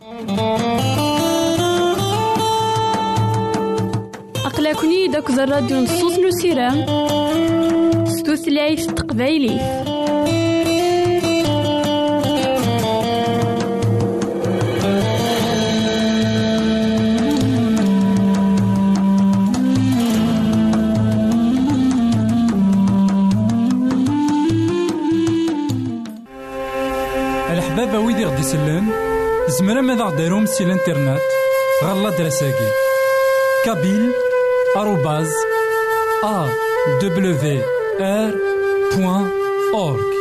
أقلكني داك الراديو نصوص نسيرام ستوثلايف تقبايلي. الحبابة ويدي غدي يسلم زمرا ماذا غديرهم سي الانترنت غالا دراساكي كابيل آروباز awr.org.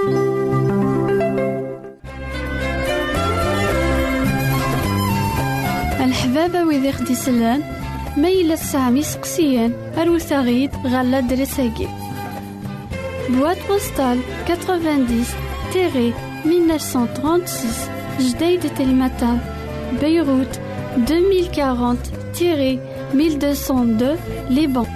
الحبابة ويدي غدي يسلم ما يلا تسعمي سقسيان أروثاغيد غالا دراساكي بواد بوستال 90-1936 جديد تلمتان بيروت 2040-1202 لبنان.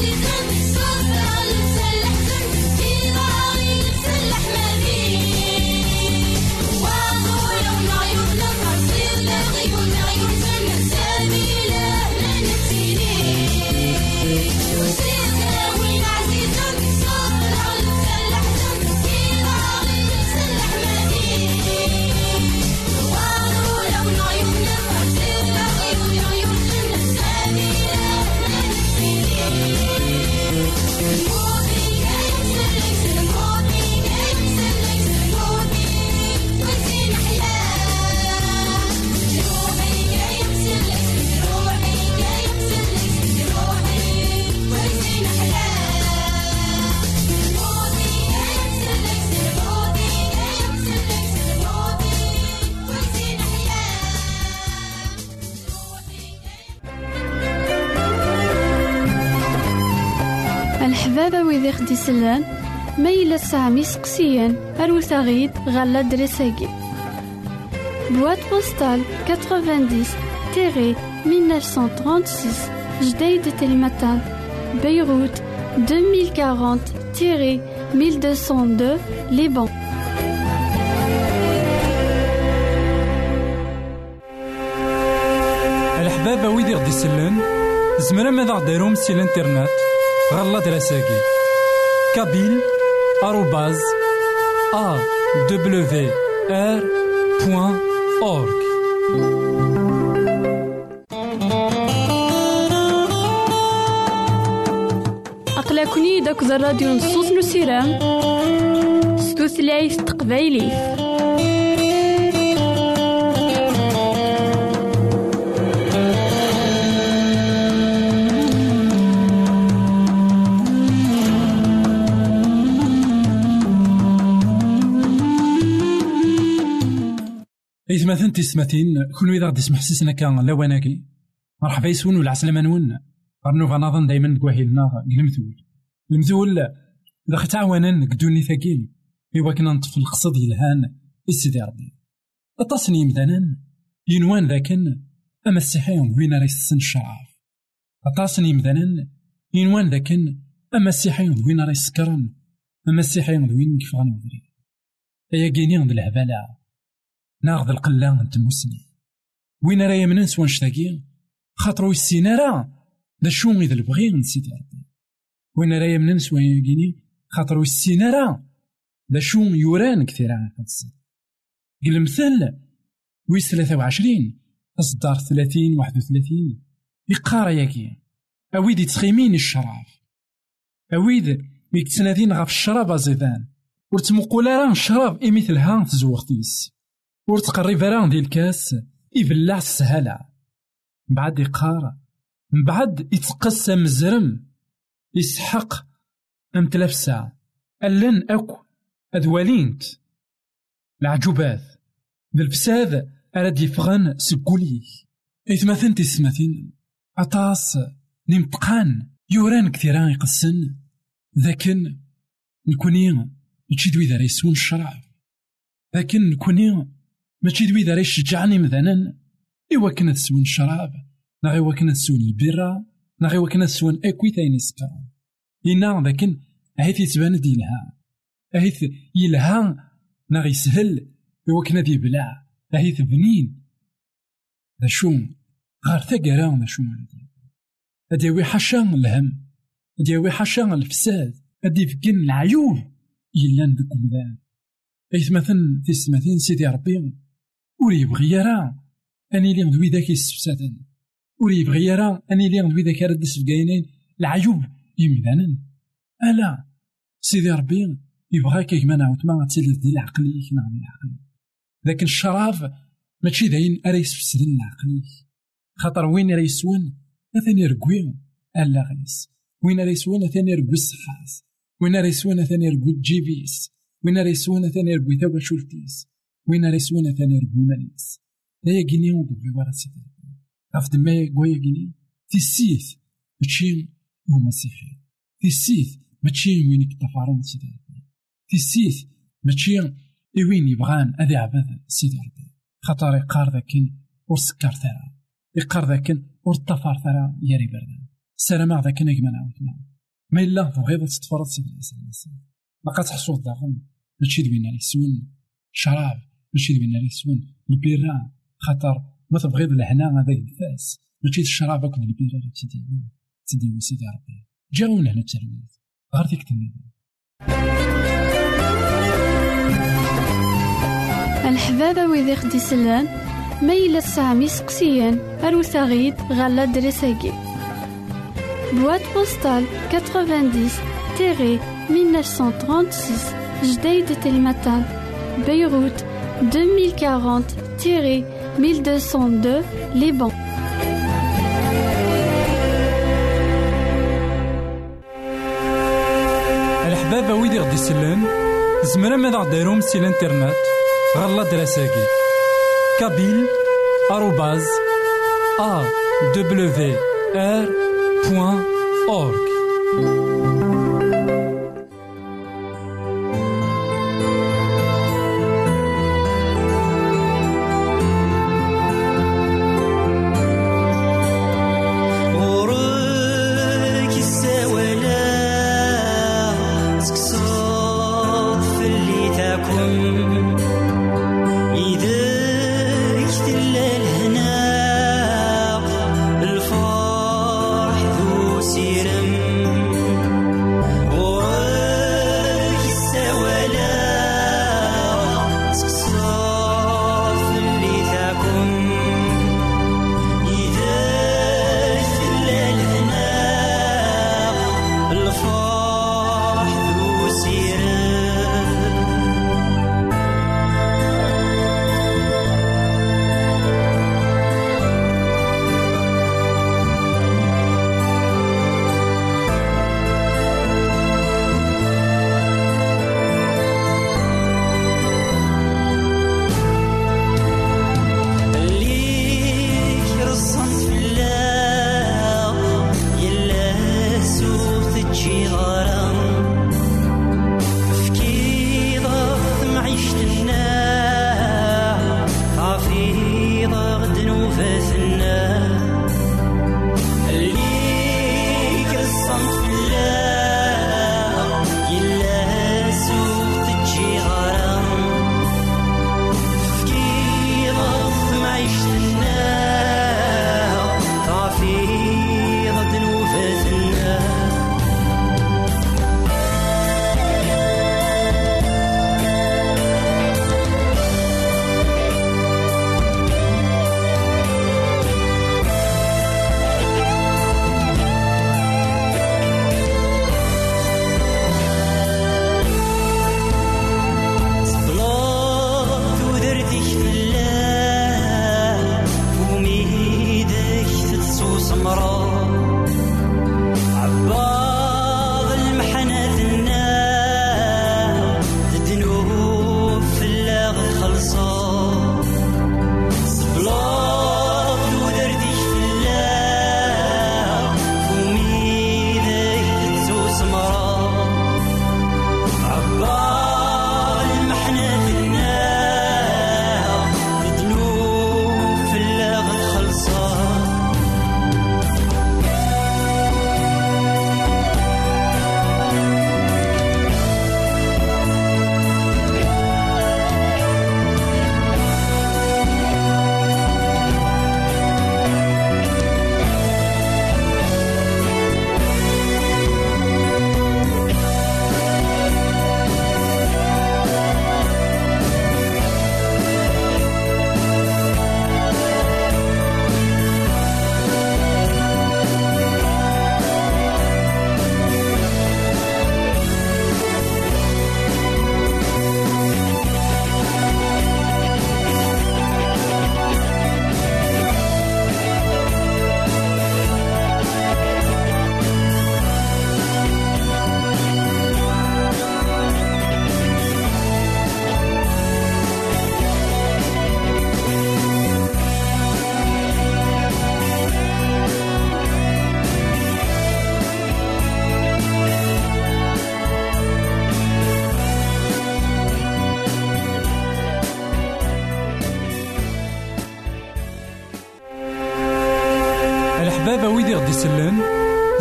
الحبابة ويدي خدي سلان ميلا سامي سقسيان أروثاغيد غالا دريساكي بواد بوستال 90-1936 جديد تلمتان بيروت 2040-1202 لبنان. الحبابة ويدي غدي سلان زمرا ماذا غديرهم سي الانترنت غالا دراساكي كابيل @awr.org. أقلكني داك الراديو نصوص نسيرام ستوثلايف تقبايلي. إثماثن تسمتين كل إذا غدي يسمح سيسنا كان لواناكي مرحبا يسون والعسلامة نون غنو غنظن دايما نكواهيلنا المثول إذا ختعوانا قدوني ثقيل إوا كنا نطفي القصد يلهان السيدي ربي التصنيم دانا ينوان ذاكن أما السيحيون وين راه يسن الشرف التصنيم دانا ينوان ذاكن أما السيحيون وين راه يسكرن أما السيحيون وين كيف غنوضري أيا كيني عند الهبالة ناخذ القلة نت المسلم وين راه يمنن سوا نشتاقي خاطرو السينارة دا شو إذا البغي نسيت ربي وين راه يمنن سوا يجيني خاطرو السينارة دا شو يوران كثير عن قدس قل المثل ويس 23 أصدار 30-31 يقارا ياكي أويد يتخيمين الشرف أويد يكتسنادين غاف الشراب أزيدان ورتمقولا راه الشراب مثلها تزوغتيس ورتقرب راه ديال الكاس يبلع السهالة بعد يقار من بعد يتقسم الزرم يسحق أمتلاف ساعة ألن أكو أدوالينت العجوبات بالفساد أراد يفغن سكوليه إثماثن تسمثين أطاس نمتقان يوران كثيران يقسن ذاكن نكوني نشيدوي ذا ريسون الشرع لكن نكوني ماشي دوي ذا يشجعني مثلا إوا كنا تسون الشراب نغي إوا كنا تسون البيرة نغي إوا كنا تسون أكوي تاين سكر إنا لكن أهيث يتبان ديلها أهيث يلها نغي سهل إوا كنا دي بلع أهيث بنين ذا شو غار ثقرا ذا شو أديوي حشان الهم أديوي حشان الفساد أدي فكين العيوب إلا ذاك البلاد أيث مثلا تسمثين سيدي ربي وري بغيرا أني لي ندوي ذاك السفساتن وري بغيرا أني لي ندوي ذاك رد السفقاينين العيوب يمدانا ألا سيدي ربي يبغاك كيما نعاود ما غاتيلي ديال عقليك نعم العقل لكن الشراب ماشي داين راه يسفسدن العقليك خاطر وين راه يسون ثاني ركوي ألا غيس وين راه يسون ثاني ركوي الصحاس وين راه يسون ثاني ركوي الجيبيس وين راه يسون ثاني ركوي ثوا شولتيس وين راه يسون ثاني ركوي ماليس لا كيني ودبي ورا سيدي عرفت ما يقوي كيني تيسيث ماشي هو مسيحي تيسيث ماشي وين كتفارون سيدي ربي تيسيث ماشي وين يبغان أذي عباد سيدي ربي خاطر يقار ذاكن ورسكر ثرا يقار ذاكن ورطفار ثرا ياري بردان السلام ذاكن أجمل عاوتنا ما إلا تبغيض تتفرض باقا تحصل داخل ماشي دوينا لي سوين الشراب، ماشي دوينا لي سوين البيران، خاطر ما تبغيض لهنا هذاك الفاس ماشي الشراب أكل البيران تدي سيدي ربي جاونا هنا التلويث غير ديك النظام. الحبابة ويدي خدي سلان ما إلا تسعمي سقسيان أروثا غيد غالا دريساكي بواد بوستال 90-1936 جديد تلمتان بيروت 2040-1202 لبنان. الحبابة ويدي غدي سلان زمرا ماذا غديرهم سي الانترنت غالا دراساكي kabyle@awr.org.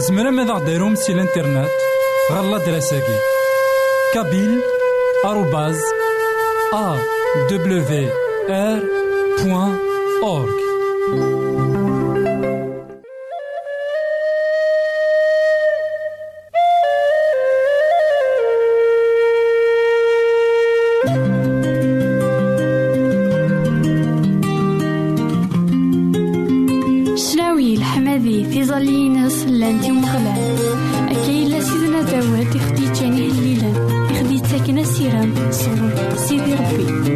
زمرا ماذا غديرهم سي الانترنت غالا دراساكي كابيل آروباز awr.org. تيزالينس لانتي ومغلال أكايلا سيدنا داود يخدي تاني الليلان يخدي تاكنا سيران صور سيدي ربي.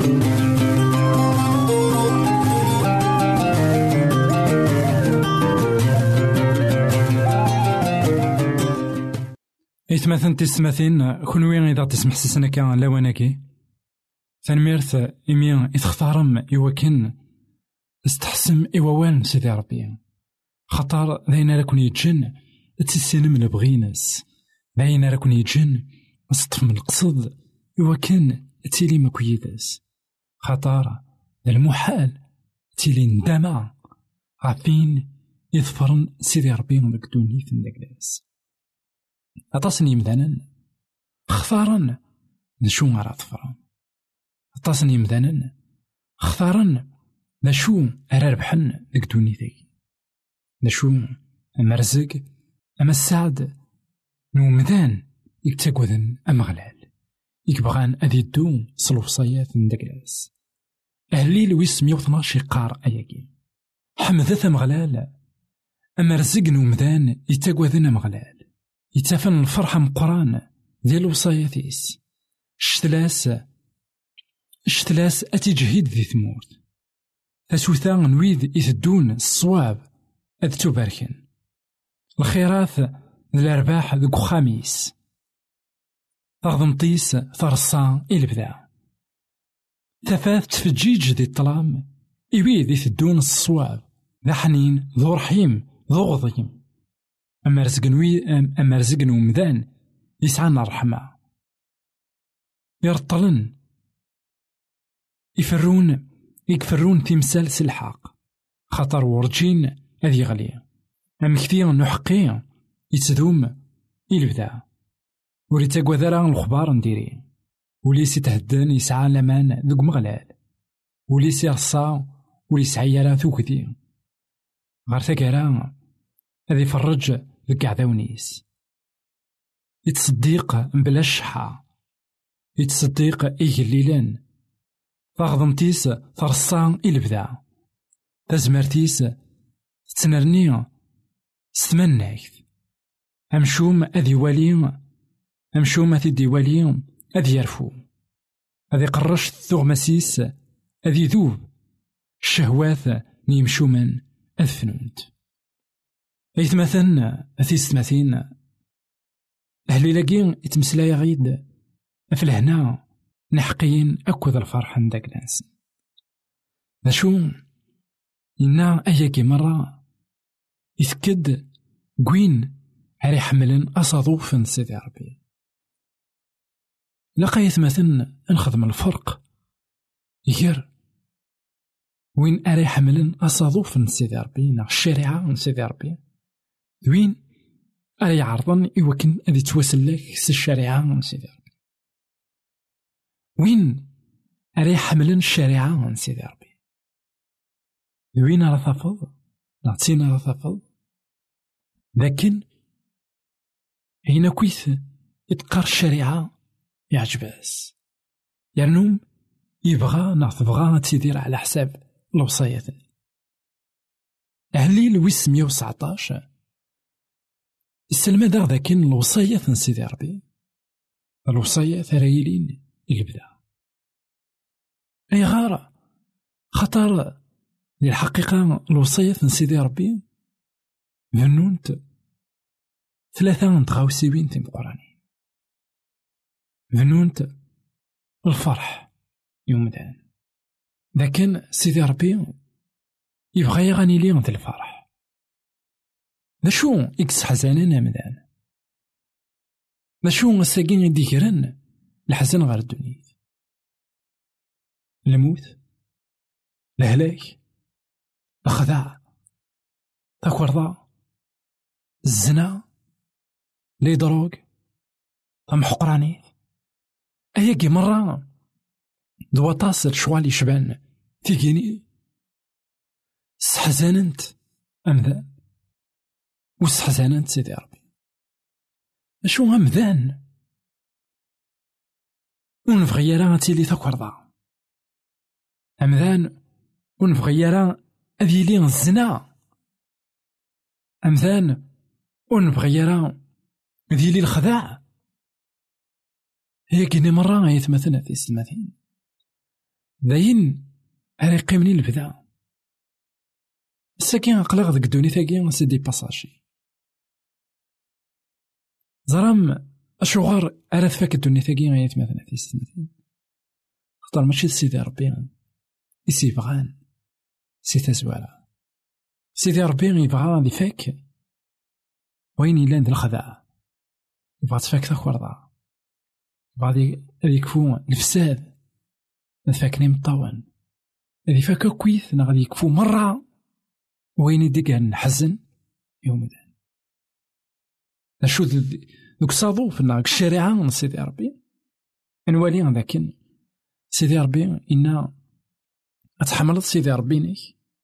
إتماثن تسماثين كونوين إذا تسمح سسنا كان لواناكي تنميرث إميان إتختارم إوكن استحسم إووان سيدي ربي خطر داينا راكن يتجن تسينم لبغيناس داينا راكن يتجن أسطف من القصد إوكن تيلي مكويداس خطر المحال تيلي ندمع عارفين يظفرن سيدي ربي وداك الدنيا نداكلاس أطاسني مدانا خثارن نشو غرا ظفرن أطاسني مدانا خثارن نشو أرا ربحن داك الدنيا ذاك نشو أما رزق أما السعد نومدان يكتاكوذن أما غلال يكبغان أذي الدو صلوصيات نداكلاس أهلي لويس 112 قار أياكي حمدث مغلال أما رزق نومدان يتاكوذن أما غلال يتفن الفرحة مقران ديال وصاياتيس شتلاس أتجهيد ذي ثمورت ثسوثا نويد يثدون الصواب أذ تباركن الخيرات الأرباح ذو خميس تغضمطيس ثرصان البداع ثفاث تفجيج ذي الطلام يويد يثدون الصواب ذا حنين ذو رحيم ذو غضيم أما رزقن ومذان يسعنا الرحمة يرطلن يكفرون تمثال سلحاق خطر ورجين هذي غلي أم كثير نحقي يتذوم يلبدا ولي تاكوذرا الخبار نديري ولي سيتهدن يسعى لمان ذوك مغلال ولي سيرصا ولي سعيرا ثوكذي غير ثاكرا هذي فرج ذك عذاونيس يتصديق بلا شحا يتصديق إيجليلان فغضمتيس ثرصان البدا تزمرتيس تنرني ستمناكت أمشوم أذي واليم أمشوم أذي واليم أذي يرفو أذي قرش الثغمسيس أذي ذوب الشهوات نيمشومن أذفنونت أيثمثن أثيستماثين أهلي لاقين يتمسلاي غيد أفلهنا نحقين أكوذ الفرح نداك ناس نشو إنا أياكي مرة يتكد قوين هاري حملن أصادوفن سيدي ربي لقا يثمثن نخدم الفرق يجر وين أري حملن أصادوفن سيدي ربي نا الشريعة سيدي ربي وين أري عرضن يوكن أذي توسلك الشريعة سيدي ربي وين أري حملن الشريعة سيدي ربي وين راه تفض نعطينا راه تفض لكن هنا كويث يتقار الشريعة يعجباس يرنوم يبغى تبغى تدير على حساب الوصايات أهلي لويس 119 السلمة دا ذاكن الوصايات نسيدي ربي الوصايات رايلين البدا أي غارة خطر للحقيقة الوصايات نسيدي ربي ذنونت 3 نتغاوسيوين تيم قراني ذنونت الفرح يوم دان لكن سيدي ربي يبغى يغني لي غد الفرح ذا شو إكس حزاننا مدان ذا شو الساقين يديكرن الحزن غير الدنيا الموت الهلاك الخداع تاكورضا الزنا لي دروغ ثم حقراني أياكي مرة دوا تصل شوالي شبان تيجيني سحزاننت أمذان وسحزاننت سيدي ربي أشو أمذان ونبغي يرى تيلي تكورضا أمذان ونبغي يرى أذيلي الزنا أمذان ونبغي يرى أذيلي الخداع هي كيني مرة يتمثل في السماثين داين أريقي مني البدا الساكين أقلق ذك دوني ثاقين سيدي باساشي زرام أشوغار أراد فاك الدوني ثاقين يتمثل في السماثين خطر ماشي سيدي ربي يسي بغان سي تزوالا سيدي ربي يبغى ذي فاك وين يلان ذي الخداع يبغى تفاك تاكورضا يبغى يكفو الفساد نفاكني مطاون هذي فاكا كويث غادي يكفو مرة وين يديك نحزن يوم ذا نشوف دوك صادوف ناك الشريعة من سيدي ربي نوالي لكن سيدي ربي إنا أتحملت سيدي ربي نيك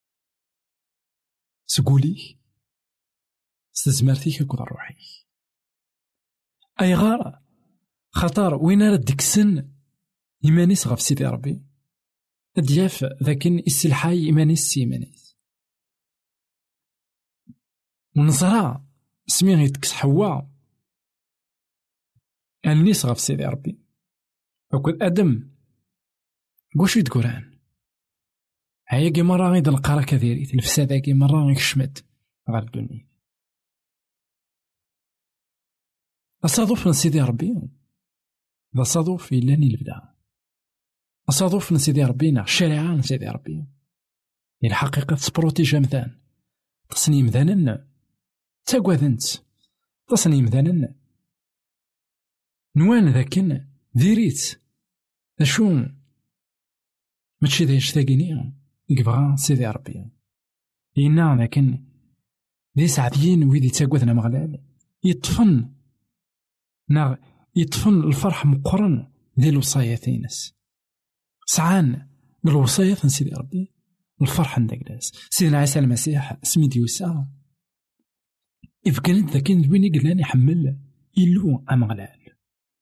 سقوليك استزمرتيك كود روحي أي غارة خطر وين راه ديك السن إيمانيس غف سيدي ربي دياف ذاكن السلحاي إيمانيس سيمانيس ونصرا سميه يتكس حوا النيس غف سيدي ربي وكل أدم واش يتقولان هيا كي مرة غيد القرا كذيريت الفساد كي مرة غيكشمت غير الدنيا أصادف من سيدي ربي ذا صادوف إلاني البدا أصادوف من سيدي ربينا الشريعة من سيدي ربي الحقيقة تسبروتيجا مثان تصني مثانا تاقوذنت تصني مثانا نوان ذاكن ديريت أشو ماشي ذا يشتاقيني يبغى سيدي ربي إنا لكن ذي سعديين ويدي تاقوذنا مغلال يطفن الفرح مقرن ذي الوصايتينس سعان بالوصايات من سيدي ربي الفرح عندك لاس سيدنا عيسى المسيح سميتي وسا إذا كانت ذاكين وين يقلاني حمل إلو أمغلال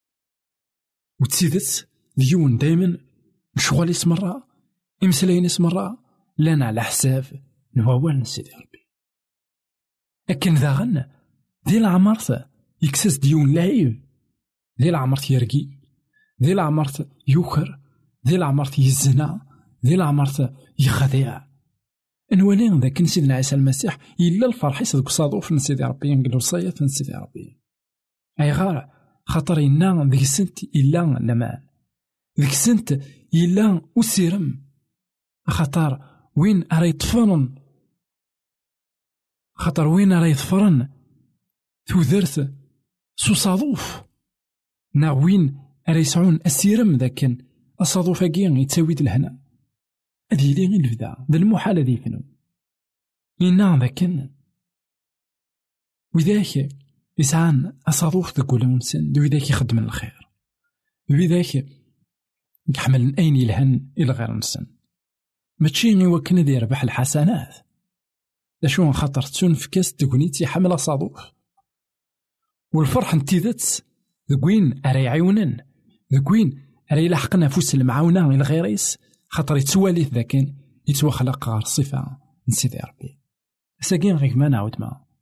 وتسيدت ديون دايما نشغل مرة إمسلاين مرة لنا على حساب نواوال سيدي ربي لكن ذا غنى ذي العمارة يكسس ديون لعيب ذي العمارة يرقي ذي العمارة يوخر ذي العمارة يزنا ذي العمارة يخدع انوالين ذاك سيدنا عيسى المسيح إلا الفرح يصدق صادوف من سيدي ربي نقلو صيات من سيدي ربي أي غار خاطر إنا ذيك السنت إلا لمان ذيك السنت إلا أسيرم خاطر وين أرى يطفرن خاطر وين أرى يطفرن ثوذرت سو صادوف نا وين أرى يسعون أسيرم ذاكن الصادوف أكين يتساويد الهنا هذه لي غير البدا ذا المحال هذي فنو إنا ذاكن وذاك يسعان الصادوف ذاك ولا ممسن وذاك يخدم الخير وذاك يحمل أين يلهن إلى غير نسن ماشي غير كنا داير ربح الحسنات لاشو خاطر تسون في كاس تكونيتي حمل الصادوف والفرح انتيذت ذكوين أرى يعيونن ذكوين أرى يلحق نفوس المعاونة إلى غيريس خاطر يتواليث ذاكن يتوخلق غير صفة من سيدي ربي ساكين غيك ما نعود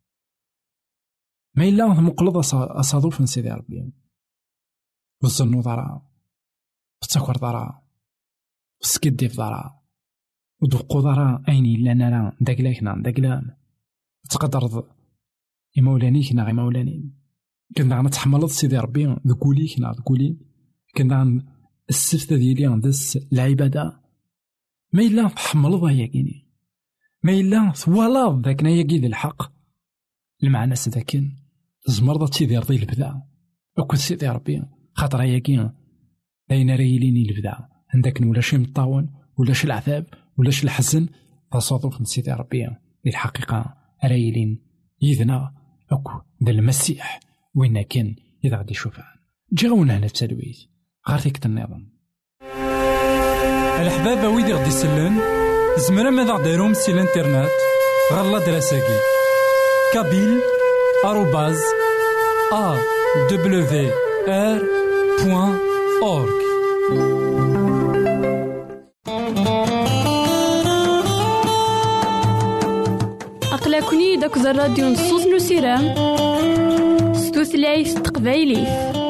ما إلا مقلض أصادوف من سيدي ربي بالظنو ضرا بالتكور ضرا بالسكديف ضرا ودوقو ضرا أيني لنا لا داكلاكنا داكلام تقدر يمولانيك غي مولاني كنا غنتحملض سيدي ربي ذكوليك ذكولي كنا السفتة ديالي غندس العبادة ما إلا تحملضها ياكيني ما إلا ثوالض ذاك نياكي ذي الحق المعنى سداكن زمرضة تيدير ضي البدا وكل سيدي ربي خاطر ياكي داين ريليني البدا عندك ولا شي مطاون ولا شي العذاب ولا شي الحزن تصادف من سيدي ربي الحقيقة ريلين يذنا أكو ذا المسيح وين كان إذا غادي يشوفها جاونا هنا التلويث غير فيك النظام. الحبابة ويدي غادي يسلن زمرا ماذا غديرهم سي الانترنت غالا دراساكي كابيل آروباز awr.org. أقلكني داك الراديو نصوص نسيرام ستوثلايف تقبايليه.